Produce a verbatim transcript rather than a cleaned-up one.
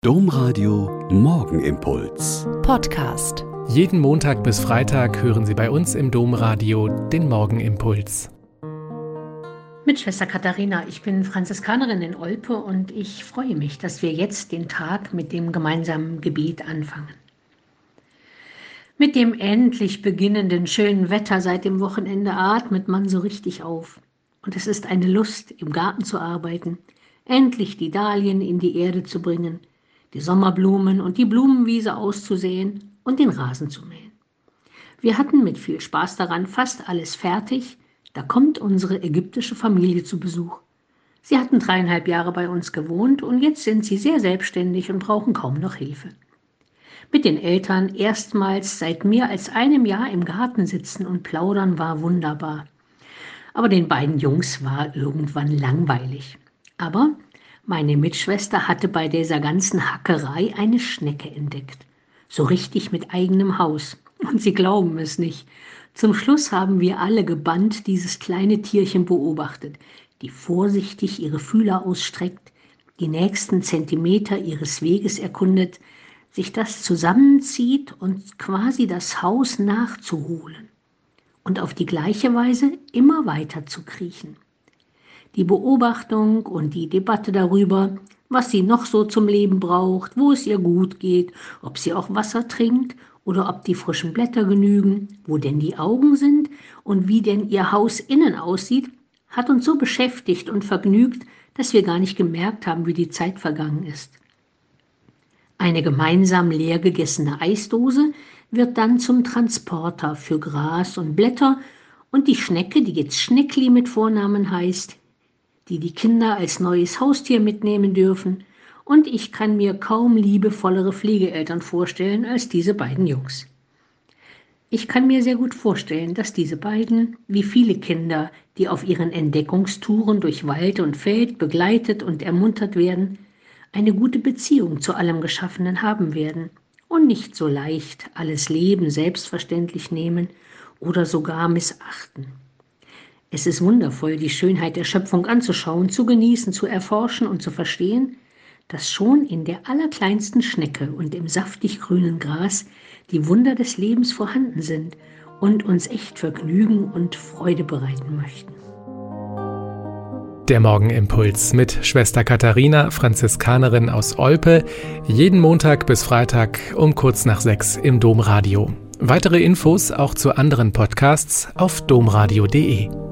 Domradio Morgenimpuls Podcast. Jeden Montag bis Freitag hören Sie bei uns im Domradio den Morgenimpuls. Mit Schwester Katharina, ich bin Franziskanerin in Olpe und ich freue mich, dass wir jetzt den Tag mit dem gemeinsamen Gebet anfangen. Mit dem endlich beginnenden schönen Wetter seit dem Wochenende atmet man so richtig auf. Und es ist eine Lust, im Garten zu arbeiten, endlich die Dahlien in die Erde zu bringen, die Sommerblumen und die Blumenwiese auszusäen und den Rasen zu mähen. Wir hatten mit viel Spaß daran fast alles fertig, da kommt unsere ägyptische Familie zu Besuch. Sie hatten dreieinhalb Jahre bei uns gewohnt und jetzt sind sie sehr selbstständig und brauchen kaum noch Hilfe. Mit den Eltern erstmals seit mehr als einem Jahr im Garten sitzen und plaudern war wunderbar. Aber den beiden Jungs war irgendwann langweilig. Aber meine Mitschwester hatte bei dieser ganzen Hackerei eine Schnecke entdeckt. So richtig mit eigenem Haus. Und Sie glauben es nicht. Zum Schluss haben wir alle gebannt dieses kleine Tierchen beobachtet, die vorsichtig ihre Fühler ausstreckt, die nächsten Zentimeter ihres Weges erkundet, sich das zusammenzieht und quasi das Haus nachzuholen und auf die gleiche Weise immer weiter zu kriechen. Die Beobachtung und die Debatte darüber, was sie noch so zum Leben braucht, wo es ihr gut geht, ob sie auch Wasser trinkt oder ob die frischen Blätter genügen, wo denn die Augen sind und wie denn ihr Haus innen aussieht, hat uns so beschäftigt und vergnügt, dass wir gar nicht gemerkt haben, wie die Zeit vergangen ist. Eine gemeinsam leer gegessene Eisdose wird dann zum Transporter für Gras und Blätter und die Schnecke, die jetzt Schneckli mit Vornamen heißt, die die Kinder als neues Haustier mitnehmen dürfen. Und ich kann mir kaum liebevollere Pflegeeltern vorstellen als diese beiden Jungs. Ich kann mir sehr gut vorstellen, dass diese beiden, wie viele Kinder, die auf ihren Entdeckungstouren durch Wald und Feld begleitet und ermuntert werden, eine gute Beziehung zu allem Geschaffenen haben werden und nicht so leicht alles Leben selbstverständlich nehmen oder sogar missachten. Es ist wundervoll, die Schönheit der Schöpfung anzuschauen, zu genießen, zu erforschen und zu verstehen, dass schon in der allerkleinsten Schnecke und im saftig grünen Gras die Wunder des Lebens vorhanden sind und uns echt Vergnügen und Freude bereiten möchten. Der Morgenimpuls mit Schwester Katharina, Franziskanerin aus Olpe, jeden Montag bis Freitag um kurz nach sechs im Domradio. Weitere Infos auch zu anderen Podcasts auf domradio punkt de.